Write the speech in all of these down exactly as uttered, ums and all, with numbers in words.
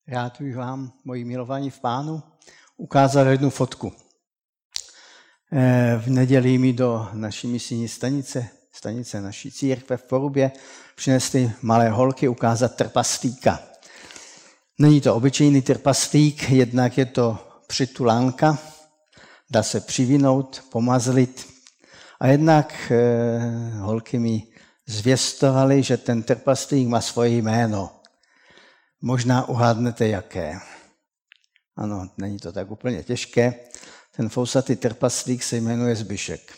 Rád bych vám, moji milovaní v Pánu, ukázal jednu fotku. V neděli mi do naší misijní stanice, stanice naší církve v Porubě, přinesli malé holky ukázat trpaslíka. Není to obyčejný trpaslík, jednak je to přitulánka, dá se přivinout, pomazlit. A jednak eh, holky mi zvěstovali, že ten trpaslík má svoje jméno. Možná uhádnete, jaké. Ano, není to tak úplně těžké. Ten fousatý trpaslík se jmenuje Zbyšek.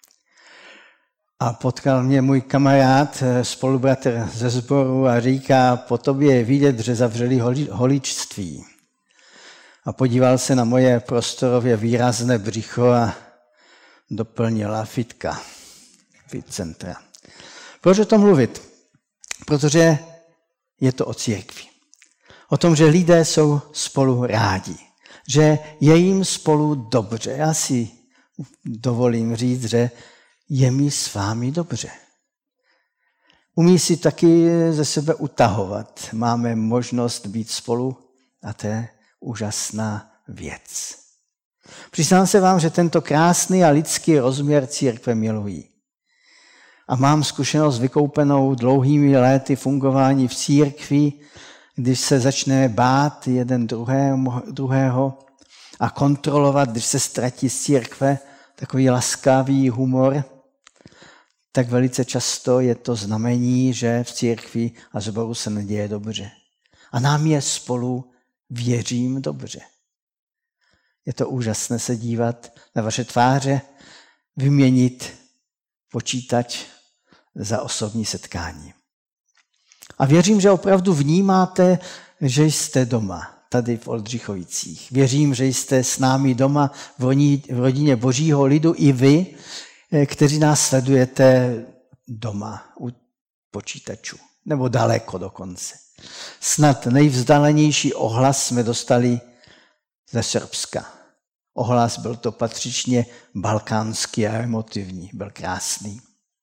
A potkal mě můj kamarád, spolubratr ze sboru a říká, po tobě je vidět, že zavřeli holičství. A podíval se na moje prostorově výrazné břicho a doplnila fitka, fit centra. Proč o tom mluvit? Protože je to o církvi. O tom, že lidé jsou spolu rádi, že je jim spolu dobře. Já si dovolím říct, že je mi s vámi dobře. Umí si taky ze sebe utahovat. Máme možnost být spolu a to je úžasná věc. Přiznám se vám, že tento krásný a lidský rozměr církve miluji. A mám zkušenost vykoupenou dlouhými léty fungování v církvi, když se začne bát jeden druhého a kontrolovat, když se ztratí z církve takový laskavý humor, tak velice často je to znamení, že v církvi a sboru se neděje dobře. A nám je spolu, věřím, dobře. Je to úžasné se dívat na vaše tváře, vyměnit počítač za osobní setkání. A věřím, že opravdu vnímáte, že jste doma, tady v Oldřichovicích. Věřím, že jste s námi doma v rodině Božího lidu i vy, kteří nás sledujete doma u počítačů, nebo daleko dokonce. Snad nejvzdálenější ohlas jsme dostali ze Srbska. Ohlas byl to patřičně balkánský a emotivní, byl krásný.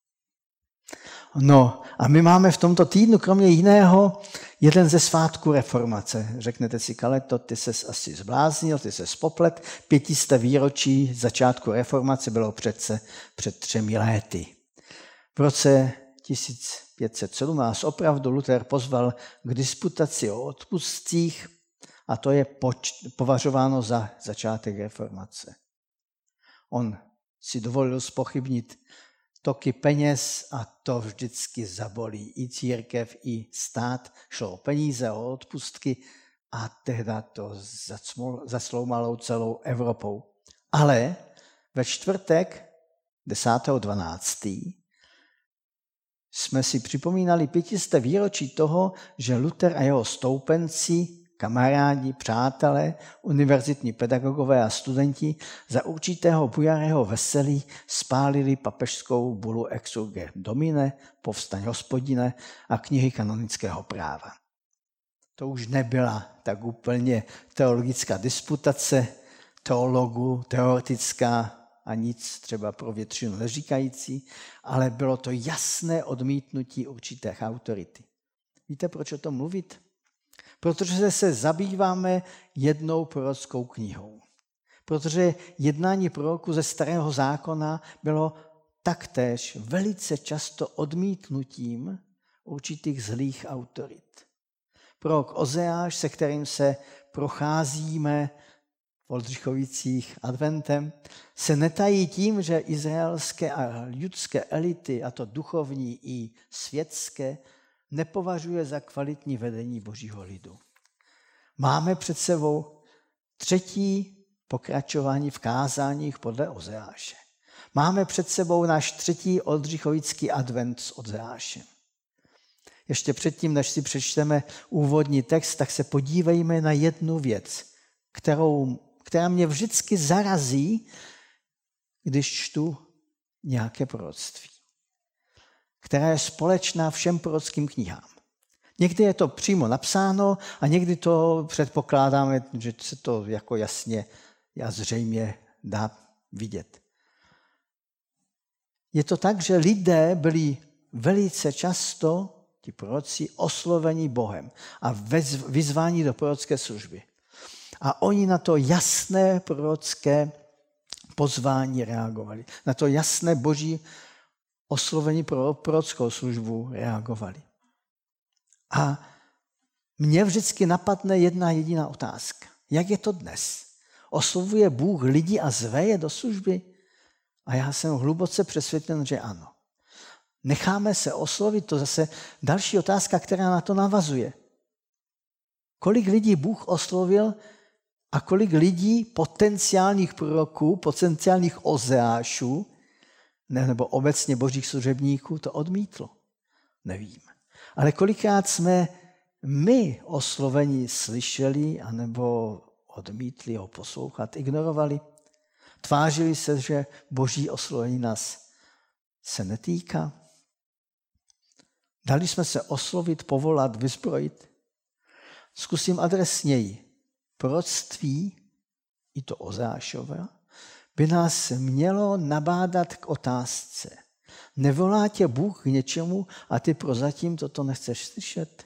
No a my máme v tomto týdnu, kromě jiného, jeden ze svátků reformace. Řeknete si, Kaleto, ty ses asi zbláznil, ty ses poplet. Pětisté výročí začátku reformace bylo přece před třemi léty. V roce tisíc pět set sedmnáct opravdu Luther pozval k disputaci o odpustcích a to je poč- považováno za začátek reformace. On si dovolil zpochybnit toky peněz a to vždycky zabolí. I církev, i stát šlo o peníze, o odpustky a tehda to zasloumalo celou Evropou. Ale ve čtvrtek desátého dvanáctého jsme si připomínali pětisté výročí toho, že Luther a jeho stoupenci, kamarádi, přátelé, univerzitní pedagogové a studenti za určitého bujarého veselí spálili papežskou bulu Ex urge Domine, Povstaň Hospodine a knihy kanonického práva. To už nebyla tak úplně teologická disputace, teologů, teoretická a nic třeba pro většinu neříkající, ale bylo to jasné odmítnutí určité autority. Víte, proč o tom mluvit? Protože se zabýváme jednou prorockou knihou. Protože jednání proroků ze Starého zákona bylo taktéž velice často odmítnutím určitých zlých autorit. Prorok Ozeáš, se kterým se procházíme v Oldřichovicích adventem, se netají tím, že izraelské a judské elity, a to duchovní i světské, nepovažuje za kvalitní vedení Božího lidu. Máme před sebou třetí pokračování v kázáních podle Ozeáše. Máme před sebou náš třetí oldřichovický advent s Ozeášem. Ještě předtím, než si přečteme úvodní text, tak se podívejme na jednu věc, kterou, která mě vždycky zarazí, když čtu nějaké proroctví, která je společná všem prorockým knihám. Někdy je to přímo napsáno a někdy to předpokládáme, že se to jako jasně a zřejmě dá vidět. Je to tak, že lidé byli velice často, ti proroci oslovení Bohem a vyzvání do prorocké služby. A oni na to jasné prorocké pozvání reagovali. Na to jasné boží oslovení pro prorockou službu reagovali. A mě vždycky napadne jedna jediná otázka. Jak je to dnes? Oslovuje Bůh lidi a zve je do služby? A já jsem hluboce přesvědčen, že ano. Necháme se oslovit, to zase další otázka, která na to navazuje. Kolik lidí Bůh oslovil a kolik lidí potenciálních proroků, potenciálních Ozeášů, nebo obecně božích služebníků to odmítlo? Nevím. Ale kolikrát jsme my oslovení slyšeli anebo odmítli ho poslouchat, ignorovali? Tvářili se, že boží oslovení nás se netýká? Dali jsme se oslovit, povolat, vyzbrojit? Zkusím adresněji. Proroctví, i to Ozeášové, by nás mělo nabádat k otázce. Nevolá tě Bůh k něčemu a ty prozatím toto nechceš slyšet?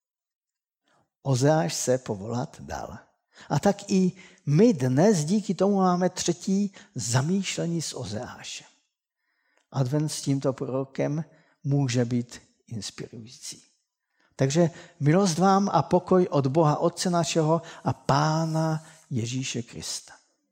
Ozeáš se povolat dal. A tak i my dnes díky tomu máme třetí zamýšlení s Ozeášem. Advent s tímto prorokem může být inspirující. Takže milost vám a pokoj od Boha Otce našeho a Pána Ježíše Krista.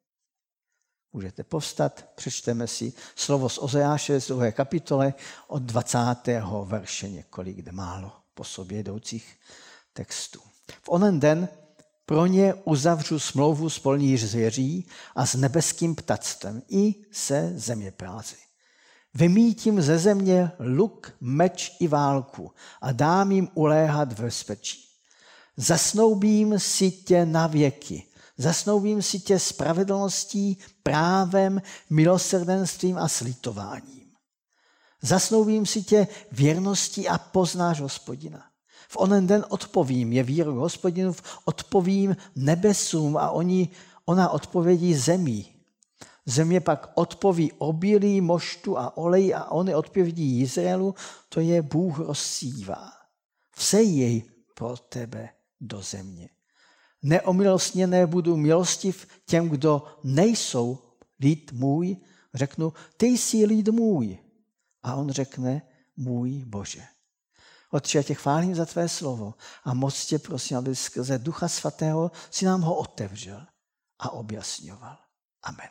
Můžete povstat, přečteme si slovo z Ozeáše z druhé kapitole od dvacátého verše, několik málo po sobě jdoucích textů. V onen den pro ně uzavřu smlouvu s polní zvěří a s nebeským ptactvem i se zeměprázy. Vymítím ze země luk, meč i válku a dám jim uléhat v bezpečí. Zasnoubím si tě na věky. Zasnoubím si tě spravedlností, právem, milosrdenstvím a slitováním. Zasnoubím si tě věrností a poznáš Hospodina. V onen den odpovím, je výrok Hospodinův, odpovím nebesům a oni, ona odpovědí zemí. Země pak odpoví obilí, moštu a olej a oni odpovědí Izraelu, to je Bůh rozsívá. Vsej jej pro tebe do země. Neomilostněné budu milostiv těm, kdo nejsou lid můj, řeknu, ty jsi lid můj. A on řekne, můj Bože. Otče, já tě chválím za tvé slovo a moc tě prosím, aby skrze Ducha Svatého si nám ho otevřel a objasňoval. Amen.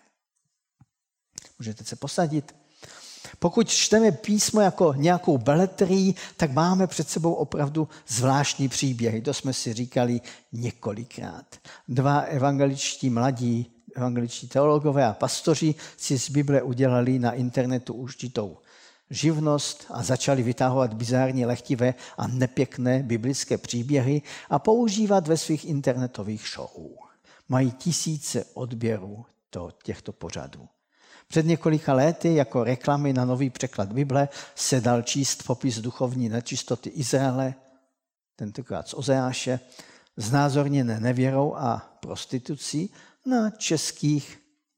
Můžete se posadit. Pokud čteme písmo jako nějakou beletrii, tak máme před sebou opravdu zvláštní příběhy. To jsme si říkali několikrát. Dva evangeličtí mladí, evangeličtí teologové a pastoři si z Bible udělali na internetu určitou živnost a začali vytahovat bizární, lehtivé a nepěkné biblické příběhy a používat ve svých internetových show. Mají tisíce odběrů těchto pořadů. Před několika lety jako reklamy na nový překlad Bible se dal číst popis duchovní nečistoty Izraele, tentokrát z Ozeáše, znázorněné nevěrou a prostitucí na českých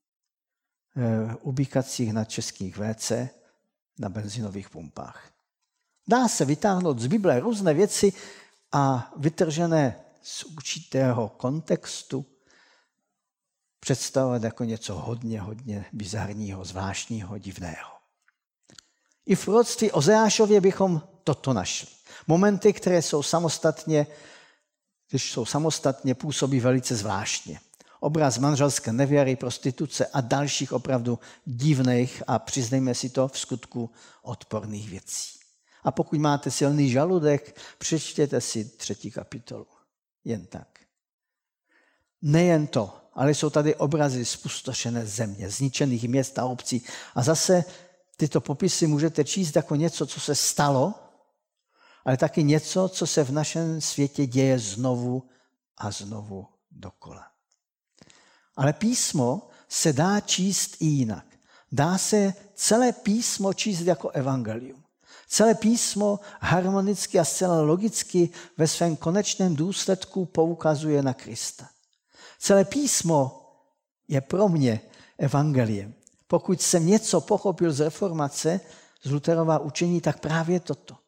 e, ubikacích, na českých vé cé, na benzinových pumpách. Dá se vytáhnout z Bible různé věci a vytržené z určitého kontextu představovat jako něco hodně, hodně bizarního, zvláštního, divného. I v proroctví Ozeášově bychom toto našli. Momenty, které jsou samostatně, když jsou samostatně, působí velice zvláštně. Obraz manželské nevěry, prostituce a dalších opravdu divných a přiznejme si to v skutku odporných věcí. A pokud máte silný žaludek, přečtěte si třetí kapitolu. Jen tak. Nejen to, ale jsou tady obrazy zpustošené země, zničených měst a obcí. A zase tyto popisy můžete číst jako něco, co se stalo, ale taky něco, co se v našem světě děje znovu a znovu dokola. Ale písmo se dá číst i jinak. Dá se celé písmo číst jako evangelium. Celé písmo harmonicky a zcela logicky ve svém konečném důsledku poukazuje na Krista. Celé písmo je pro mě evangeliem. Pokud jsem něco pochopil z reformace, z Lutherova učení, tak právě toto.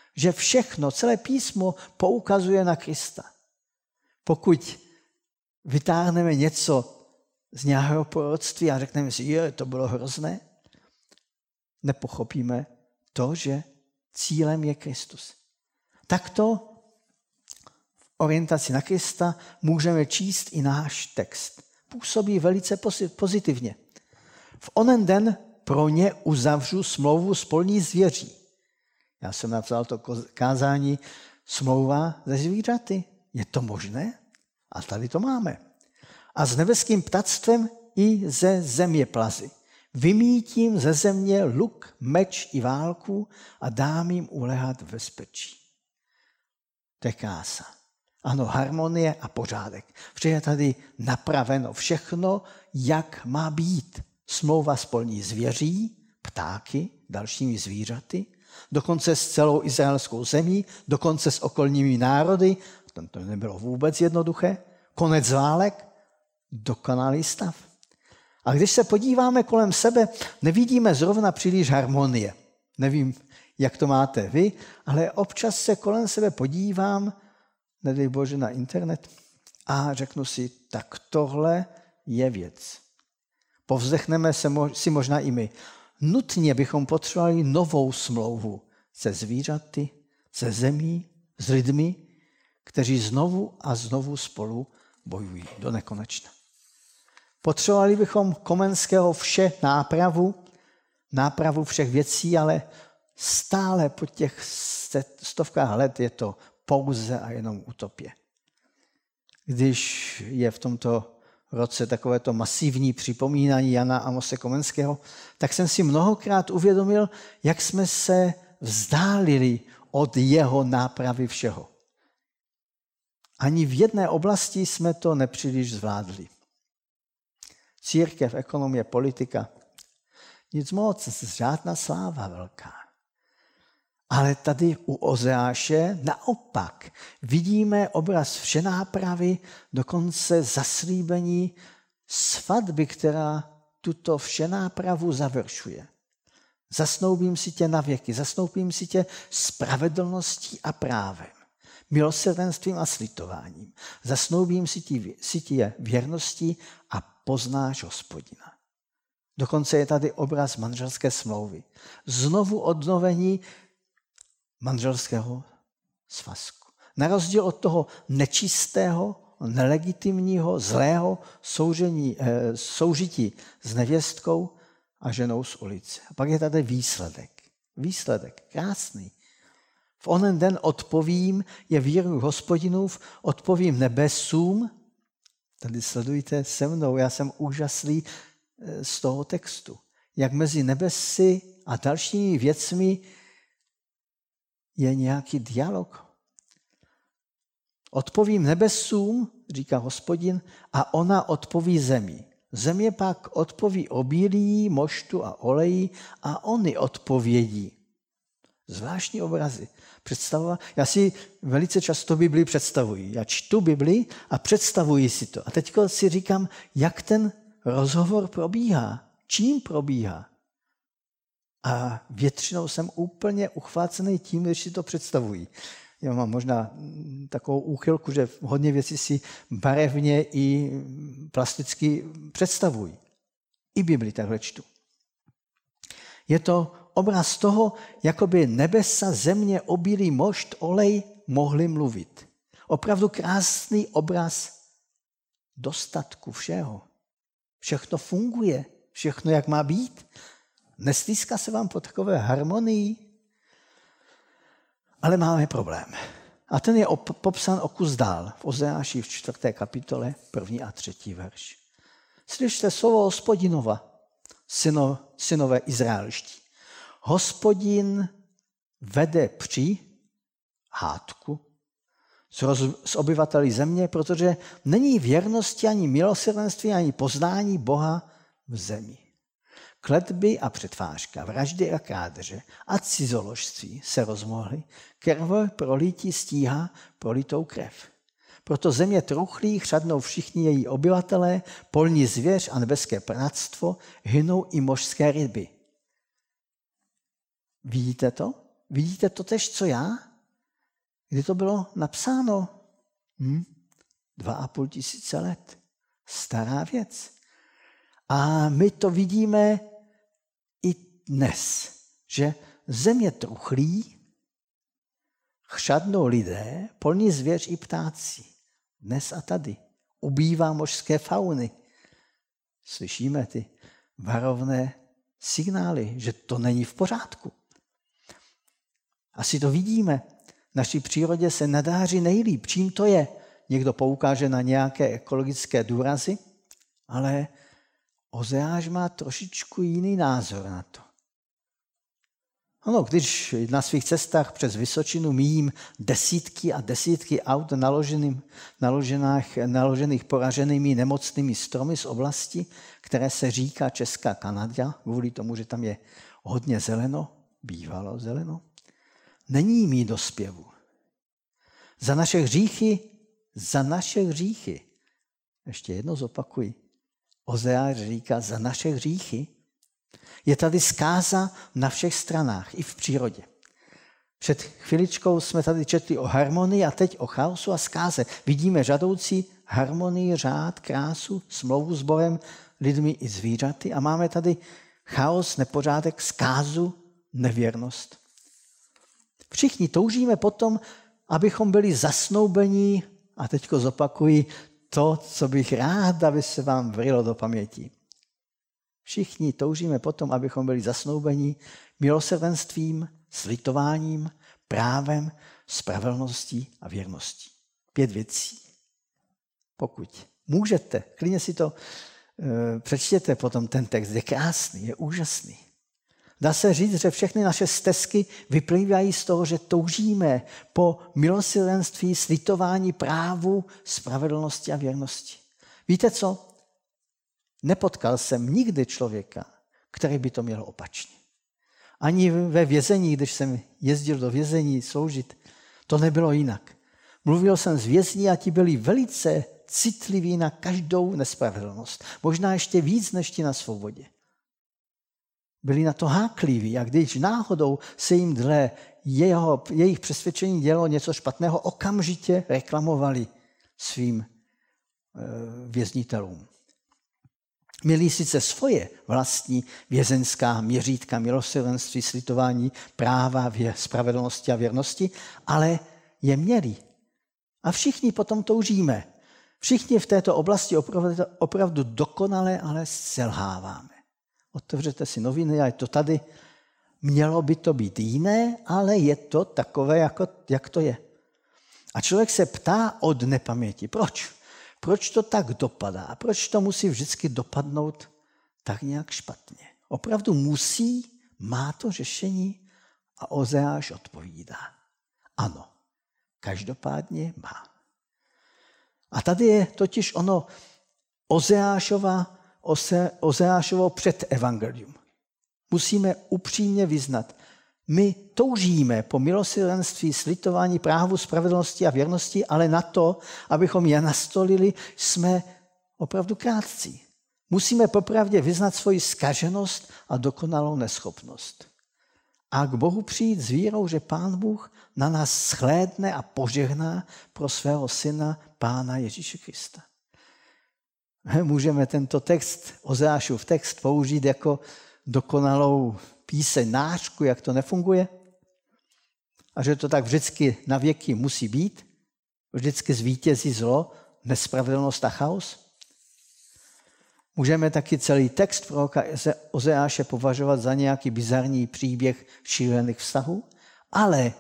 Že všechno, celé písmo poukazuje na Krista. Pokud vytáhneme něco z nějakého proroctví a řekneme si, že to bylo hrozné, nepochopíme to, že cílem je Kristus. Takto v orientaci na Krista můžeme číst i náš text. Působí velice pozitivně. V onen den pro ně uzavřu smlouvu s polní zvěří. Já jsem napsal to kázání smlouva ze zvířaty. Je to možné? A tady to máme. A s nebeským ptactvem i ze země plazy. Vymítím ze země luk, meč i válku a dám jim ulehat v bezpečí. To je krása. Ano, harmonie a pořádek. Vše je tady napraveno. Všechno, jak má být. Smlouva s polní zvěří, ptáky, dalšími zvířaty, dokonce s celou izraelskou zemí, dokonce s okolními národy. To nebylo vůbec jednoduché. Konec válek, dokonalý stav. A když se podíváme kolem sebe, nevidíme zrovna příliš harmonie. Nevím, jak to máte vy, ale občas se kolem sebe podívám, nedej Bože, na internet a řeknu si, tak tohle je věc. Povzdechneme se si možná i my. Nutně bychom potřebovali novou smlouvu se zvířaty, se zemí, s lidmi, kteří znovu a znovu spolu bojují do nekonečna. Potřebovali bychom Komenského vše nápravu, nápravu všech věcí, ale stále po těch stovkách let je to pouze a jenom utopie. Když je v tomto roce takovéto masivní připomínání Jana Amose Komenského, tak jsem si mnohokrát uvědomil, jak jsme se vzdálili od jeho nápravy všeho. Ani v jedné oblasti jsme to nepříliš zvládli. Církev, ekonomie, politika. Nic moc, žádná sláva velká. Ale tady u Ozeáše naopak vidíme obraz všenápravy, dokonce zaslíbení svatby, která tuto všenápravu završuje. Zasnoubím si tě na věky, zasnoubím si tě spravedlností a právem, milosrdenstvím a slitováním. Zasnoubím si ti, si tě věrností a poznáš Hospodina. Dokonce je tady obraz manželské smlouvy. Znovu obnovení manželského svazku. Na rozdíl od toho nečistého, nelegitimního, zlého soužení, eh, soužití s nevěstkou a ženou z ulice. A pak je tady výsledek. Výsledek, krásný. V onen den odpovím, je víru Hospodinův, odpovím nebesům. Tady sledujte se mnou, já jsem úžaslý z toho textu. Jak mezi nebesy a dalšími věcmi je nějaký dialog. Odpovím nebesům, říká Hospodin, a ona odpoví zemi. Země pak odpoví obilí, moštu a oleji a oni odpovědí. Zvláštní obrazy. Představa, já si velice často Biblii představuji. Já čtu Biblii a představuji si to. A teď si říkám, jak ten rozhovor probíhá, čím probíhá. A většinou jsem úplně uchvácený tím, když si to představuji. Já mám možná takovou úchylku, že hodně věcí si barevně i plasticky představuji. I Bibli takhle čtu. Je to obraz toho, jakoby nebesa, země, obilí, mošt, olej mohli mluvit. Opravdu krásný obraz dostatku všeho. Všechno funguje, všechno jak má být. Nestýská se vám po takové harmonii? Ale máme problém. A ten je op- popsán o kus dál v Ozeáši v čtvrté kapitole, první a třetí verš. Slyšte slovo Hospodinova, syno, synové izraelští. Hospodin vede při hádku s, roz, s obyvateli země, protože není věrnosti ani milosrdenství, ani poznání Boha v zemi. Kletby a přetvářka, vraždy a krádeže a cizoložství se rozmohly, krve prolítí stíhá prolitou krev. Proto země truchlí, chřadnou všichni její obyvatelé, polní zvěř a nebeské ptactvo, hynou i mořské ryby. Vidíte to? vidíte to tež, co já? Kdy to bylo napsáno? Hm? Dva a půl tisíce let. Stará věc. A my to vidíme i dnes, že země truchlí, chřadnou lidé, polní zvěř i ptáci. Dnes a tady. Ubývá mořské fauny. Slyšíme ty varovné signály, že to není v pořádku. Asi to vidíme. V naší přírodě se nadáří nejlíp. Čím to je? Někdo poukáže na nějaké ekologické důrazy, ale Ozeáš má trošičku jiný názor na to. Ano, když na svých cestách přes Vysočinu míjím desítky a desítky aut naložených, naložených poraženými nemocnými stromy z oblasti, které se říká Česká Kanada, kvůli tomu, že tam je hodně zeleno, bývalo zeleno, není mít do zpěvu. Za naše hříchy, za naše hříchy, ještě jedno zopakuji, Ozeáš říká za naše hříchy, je tady zkáza na všech stranách, i v přírodě. Před chviličkou jsme tady četli o harmonii a teď o chaosu a zkáze. Vidíme žadoucí harmonii, řád, krásu, smlouvu s Bohem, lidmi i zvířaty a máme tady chaos, nepořádek, zkázu, nevěrnost. Všichni toužíme potom, abychom byli zasnoubení, a teďko zopakuji to, co bych rád, aby se vám vrylo do paměti. Všichni toužíme potom, abychom byli zasnoubeni milosrdenstvím, slitováním, právem, spravedlností a věrností. Pět věcí. Pokud můžete, klidně si to e, přečtěte potom ten text, je krásný, je úžasný. Dá se říct, že všechny naše stezky vyplývají z toho, že toužíme po milosrdenství, slitování, právu, spravedlnosti a věrnosti. Víte co? Nepotkal jsem nikdy člověka, který by to měl opačně. Ani ve vězení, když jsem jezdil do vězení sloužit, to nebylo jinak. Mluvil jsem s vězni a ti byli velice citliví na každou nespravedlnost. Možná ještě víc než ti na svobodě. Byli na to hákliví a když náhodou se jim dle jeho, jejich přesvědčení dělo něco špatného, okamžitě reklamovali svým e, věznitelům. Měli sice svoje vlastní vězeňská měřítka milosrdenství, slitování, práva, spravedlnosti a věrnosti, ale je měli. A všichni potom toužíme. Všichni v této oblasti opravdu, opravdu dokonale, ale selháváme. Otevřete si noviny a je to tady. Mělo by to být jiné, ale je to takové, jako, jak to je. A člověk se ptá od nepaměti. Proč? Proč to tak dopadá? Proč to musí vždycky dopadnout tak nějak špatně? Opravdu musí, má to řešení a Ozeáš odpovídá. Ano, každopádně má. A tady je totiž ono Ozeášova, Ozeášovo předevangelium. Musíme upřímně vyznat, my toužíme po milosrdenství, slitování, právu, spravedlnosti a věrnosti, ale na to, abychom je nastolili, jsme opravdu krátcí. Musíme popravdě vyznat svoji zkaženost a dokonalou neschopnost. A k Bohu přijít s vírou, že Pán Bůh na nás shlédne a požehná pro svého syna, Pána Ježíše Krista. Můžeme tento text, Ozeášův text, použít jako dokonalou píseň, nářku, jak to nefunguje. A že to tak vždycky na věky musí být. Vždycky zvítězí zlo, nespravedlnost a chaos. Můžeme taky celý text proroka Ozeáše považovat za nějaký bizarní příběh šílených vztahů, ale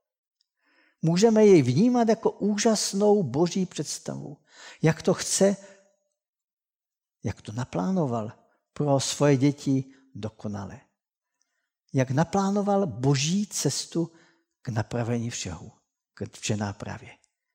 můžeme jej vnímat jako úžasnou boží představu. Jak to chce, jak to naplánoval pro svoje děti dokonale. Jak naplánoval boží cestu k napravení všeho, k vše nápravě.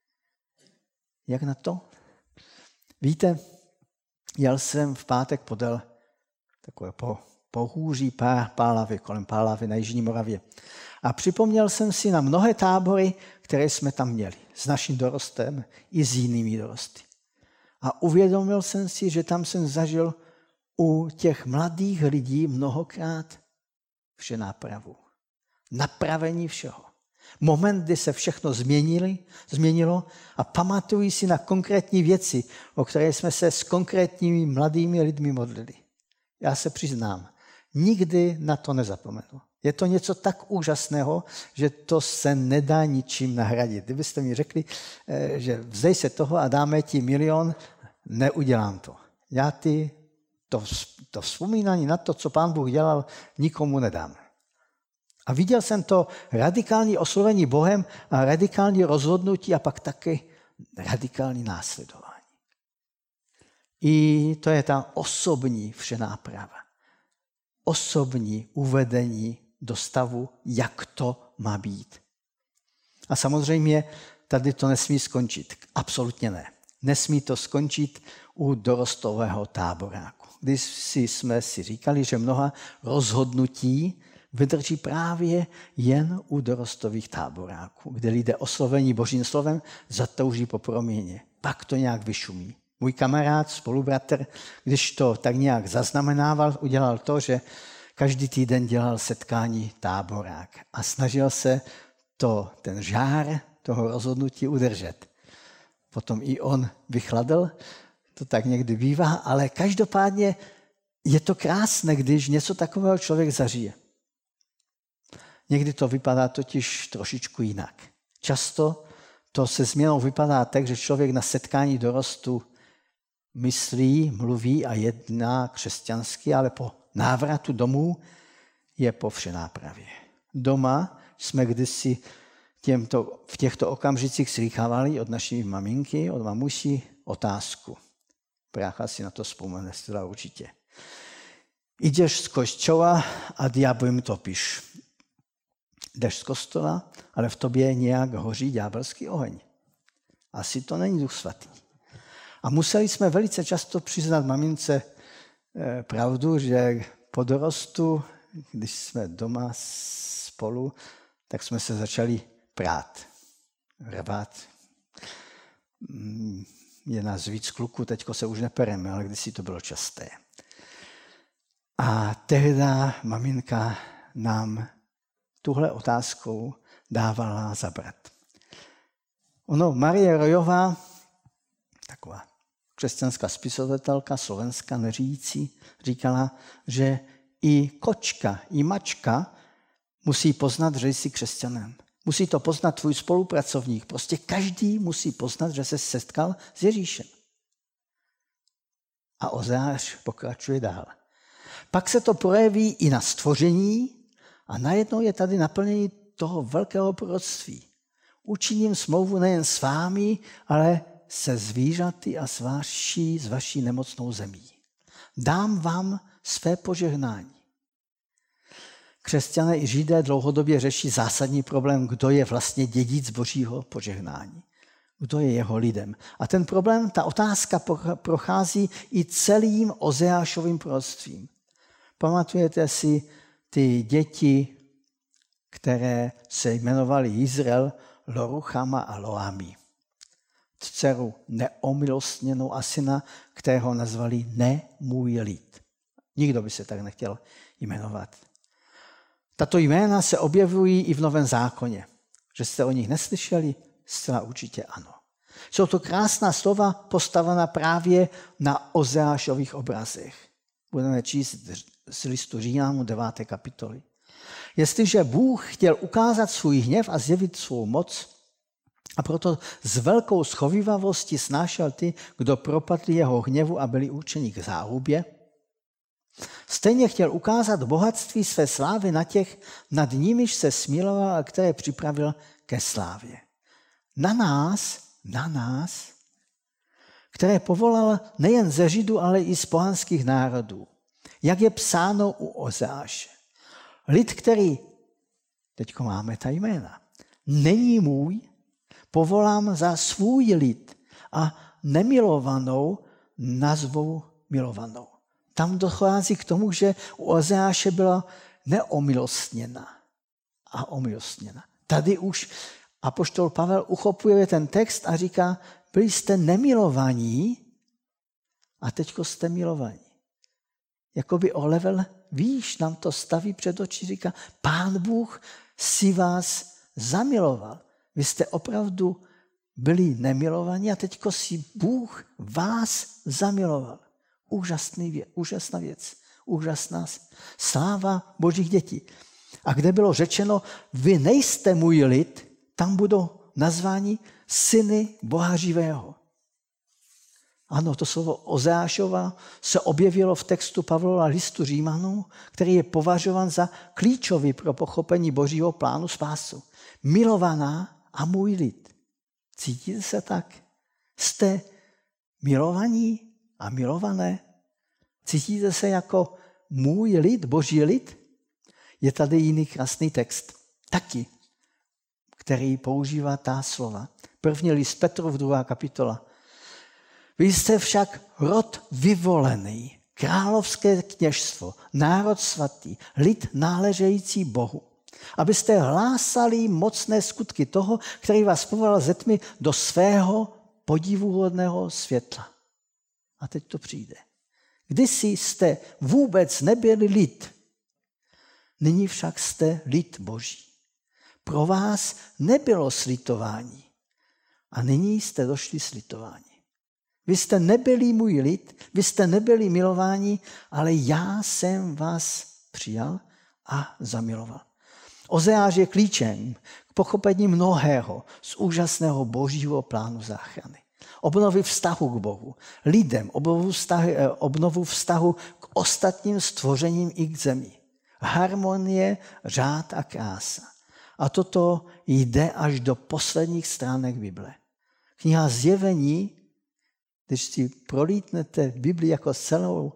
Jak na to? Víte, jel jsem v pátek podél takové po, pohůří Pálavy, kolem Pálavy na Jižní Moravě. A připomněl jsem si na mnohé tábory, které jsme tam měli. S naším dorostem i s jinými dorosty. A uvědomil jsem si, že tam jsem zažil u těch mladých lidí mnohokrát vše nápravu. Napravení všeho. Moment, kdy se všechno změnili, změnilo a pamatují si na konkrétní věci, o které jsme se s konkrétními mladými lidmi modlili. Já se přiznám, nikdy na to nezapomenu. Je to něco tak úžasného, že to se nedá ničím nahradit. Kdybyste mi řekli, že vzdej se toho a dáme ti milion, neudělám to. Já ty to, to vzpomínání na to, co Pán Bůh dělal, nikomu nedám. A viděl jsem to radikální oslovení Bohem a radikální rozhodnutí a pak taky radikální následování. I to je ta osobní všenáprava. Osobní uvedení do stavu, jak to má být. A samozřejmě tady to nesmí skončit. Absolutně ne. Nesmí to skončit u dorostového táboráku. Když jsme si říkali, že mnoha rozhodnutí vydrží právě jen u dorostových táboráků, kde lidé oslovení Božím slovem zatouží po proměně. Pak to nějak vyšumí. Můj kamarád, spolubratr, když to tak nějak zaznamenával, udělal to, že každý týden dělal setkání táborák a snažil se to, ten žár toho rozhodnutí udržet. Potom i on vychladl, to tak někdy bývá, ale každopádně je to krásné, když něco takového člověk zažije. Někdy to vypadá totiž trošičku jinak. Často to se změnou vypadá tak, že člověk na setkání dorostu myslí, mluví a jedná křesťansky, ale po návratu domů je po všenápravě. Doma jsme kdysi těmto, v těchto okamžicích slýchávali od naší maminky, od mamuši otázku. Brácha si na to vzpomene zcela určitě. Jdeš z kościoła a diabłem topiš. Jdeš z kostela, ale v tobě nějak hoří ďábelský oheň. Asi to není Duch Svatý. A museli jsme velice často přiznat mamince pravdu, že po dorostu, když jsme doma spolu, tak jsme se začali prát, rvát. Je nás víc kluků, teďko se už nepereme, ale kdysi to bylo časté. A tehda maminka nám tuhle otázkou dávala zabrat. Ono, Marie Rojová, taková křesťanská spisovatelka, slovenská neříjící, říkala, že i kočka, i mačka musí poznat, že jsi křesťanem. Musí to poznat tvůj spolupracovník. Prostě každý musí poznat, že se setkal s Ježíšem. A Ozeáš pokračuje dál. Pak se to projeví i na stvoření a najednou je tady naplnění toho velkého proroctví. Učiním smlouvu nejen s vámi, ale se zvířaty a s vaší, s vaší nemocnou zemí. Dám vám své požehnání. Křesťané i Židé dlouhodobě řeší zásadní problém, kdo je vlastně dědic Božího požehnání. Kdo je jeho lidem. A ten problém, ta otázka prochází i celým Ozeášovým proroctvím. Pamatujete si ty děti, které se jmenovaly Izrael, Loruchama a Loami. Dceru neomilostněnou a syna, kterého nazvali ne můj lid. Nikdo by se tak nechtěl jmenovat. Tato jména se objevují i v Novém zákoně. Že jste o nich neslyšeli? Zcela určitě ano. Jsou to krásná slova postavená právě na Ozeášových obrazech. Budeme číst z listu Římanům deváté kapitoly. Jestliže Bůh chtěl ukázat svůj hněv a zjevit svou moc, a proto s velkou schovívavostí snášel ty, kdo propadli jeho hněvu a byli určeni k záhubě, stejně chtěl ukázat bohatství své slávy na těch, nad nimiž se smiloval a které připravil ke slávě. Na nás, na nás, které povolal nejen ze Židů, ale i z pohanských národů. Jak je psáno u Ozeáše. Lid, který, teďko máme ta jména, není můj, povolám za svůj lid a nemilovanou nazvou milovanou. Tam dochází k tomu, že u Ozeáše byla neomilostněna a omilostněna. Tady už apoštol Pavel uchopuje ten text a říká, byli jste nemilovaní a teďko jste milovaní. Jakoby o level výš nám to staví před oči, říká, Pán Bůh si vás zamiloval. Vy jste opravdu byli nemilovaní a teďko si Bůh vás zamiloval. Úžasný vě, úžasná věc. Úžasná sláva Božích dětí. A kde bylo řečeno, vy nejste můj lid, tam budou nazváni syny Boha živého. Ano, to slovo Ozeášova se objevilo v textu Pavlova listu Římanů, který je považován za klíčový pro pochopení Božího plánu spásu. Milovaná a můj lid. Cítíte se tak? Jste milovaní a milované? Cítíte se jako můj lid, Boží lid? Je tady jiný krásný text, taky, který používá ta slova. První list Petrův, druhá kapitola. Vy jste však rod vyvolený, královské kněžstvo, národ svatý, lid náležející Bohu, abyste hlásali mocné skutky toho, který vás povolal ze tmy do svého podivuhodného světla. A teď to přijde. Kdysi jste vůbec nebyli lid, nyní však jste lid Boží. Pro vás nebylo slitování a nyní jste došli slitování. Vy jste nebyli můj lid, vy jste nebyli milováni, ale já jsem vás přijal a zamiloval. Ozeáš je klíčem k pochopení mnohého z úžasného Božího plánu záchrany. Obnovy vztahu k Bohu, lidem, obnovu vztahu, obnovu vztahu k ostatním stvořením i k zemi. Harmonie, řád a krása. A toto jde až do posledních stránek Bible. Kniha Zjevení, když si prolítnete Bibli jako celou,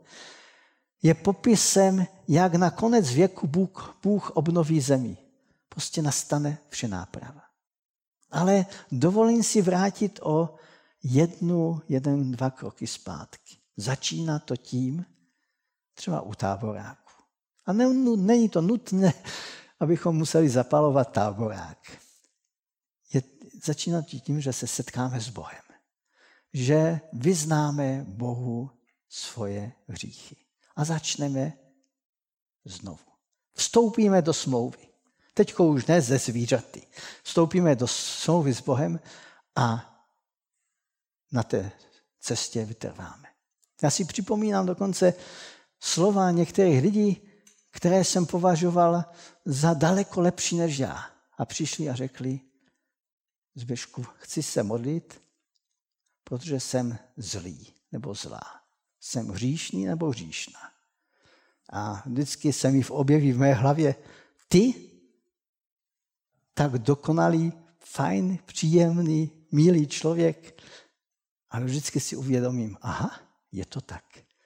je popisem, jak na konec věku Bůh, Bůh obnoví zemi. Prostě nastane vše náprava. Ale dovolím si vrátit o jednu, jeden, dva kroky zpátky. Začíná to tím, třeba u táboráku. A ne, není to nutné, abychom museli zapalovat táborák. Je, začíná to tím, že se setkáme s Bohem. Že vyznáme Bohu svoje hříchy. A začneme znovu. Vstoupíme do smlouvy. Teď už ne ze zvířaty. Vstoupíme do smlouvy s Bohem a na té cestě vytrváme. Já si připomínám dokonce slova některých lidí, které jsem považoval za daleko lepší než já. A přišli a řekli, Zběšku, chci se modlit, protože jsem zlý nebo zlá. Jsem hříšný nebo hříšná. A vždycky se mi objeví v mé hlavě, ty, tak dokonalý, fajn, příjemný, milý člověk, ale vždycky si uvědomím, aha, je to tak.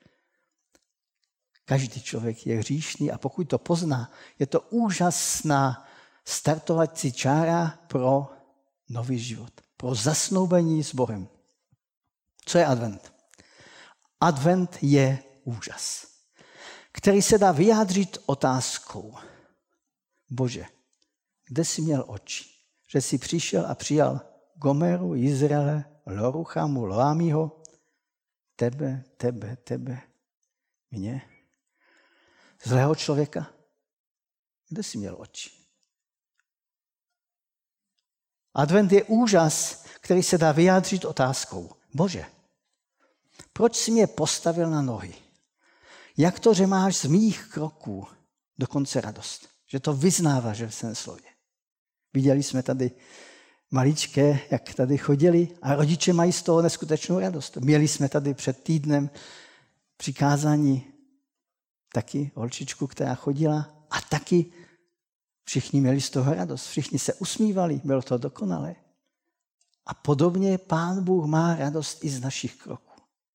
Každý člověk je hříšný a pokud to pozná, je to úžasná startovací čára pro nový život, pro zasnoubení s Bohem. Co je advent? Advent je úžas, který se dá vyjádřit otázkou. Bože, kde jsi měl oči? Že jsi přišel a přijal Gomeru, Izraele, Loruchamu, Loamiho, tebe, tebe, tebe, mě, zlého člověka? Kde jsi měl oči? Advent je úžas, který se dá vyjádřit otázkou. Bože, proč jsi mě postavil na nohy? Jak to, že máš z mých kroků dokonce radost? Že to vyznáváš ve svém slově. Viděli jsme tady maličké, jak tady chodili a rodiče mají z toho neskutečnou radost. Měli jsme tady před týdnem přikázání taky holčičku, která chodila a taky všichni měli z toho radost. Všichni se usmívali, bylo to dokonalé. A podobně Pán Bůh má radost i z našich kroků.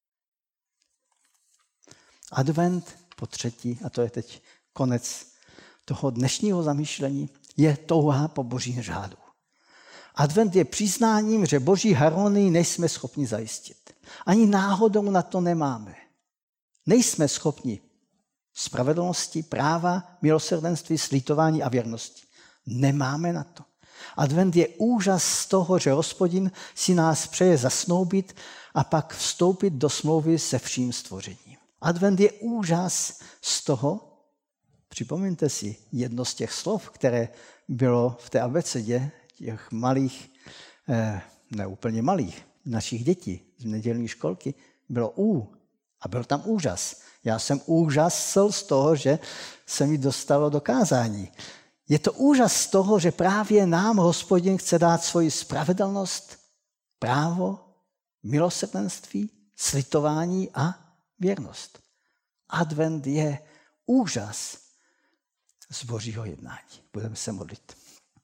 Advent po třetí, a to je teď konec toho dnešního zamýšlení, je touha po Božím řádu. Advent je přiznáním, že Boží harmonii nejsme schopni zajistit. Ani náhodou na to nemáme. Nejsme schopni spravedlnosti, práva, milosrdenství, slitování a věrnosti. Nemáme na to. Advent je úžas z toho, že Hospodin si nás přeje zasnoubit a pak vstoupit do smlouvy se vším stvořením. Advent je úžas z toho, Připomeňte si jedno z těch slov, které bylo v té abecedě těch malých, ne úplně malých, našich dětí z nedělní školky, bylo U a byl tam úžas. Já jsem úžasl z toho, že se mi dostalo do kázání. Je to úžas z toho, že právě nám Hospodin chce dát svoji spravedlnost, právo, milosrdenství, slitování a věrnost. Advent je úžas z Božího jednání. Budeme se modlit.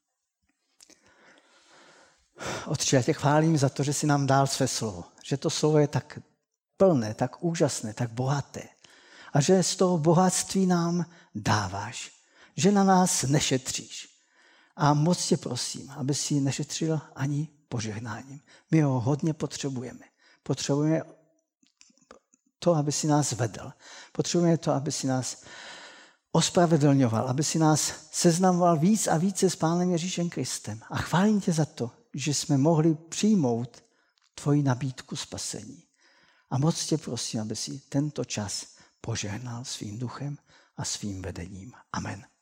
Otče, já tě chválím za to, že jsi nám dal své slovo. Že to slovo je tak plné, tak úžasné, tak bohaté. A že z toho bohatství nám dáváš. Že na nás nešetříš. A moc tě prosím, aby si nešetřil ani požehnáním. My ho hodně potřebujeme. Potřebujeme to, aby si nás vedl. Potřebujeme to, aby si nás ospravedlňoval, aby si nás seznamoval víc a více s Pánem Ježíšem Kristem. A chválím tě za to, že jsme mohli přijmout tvoji nabídku spasení. A moc tě prosím, aby si tento čas požehnal svým duchem a svým vedením. Amen.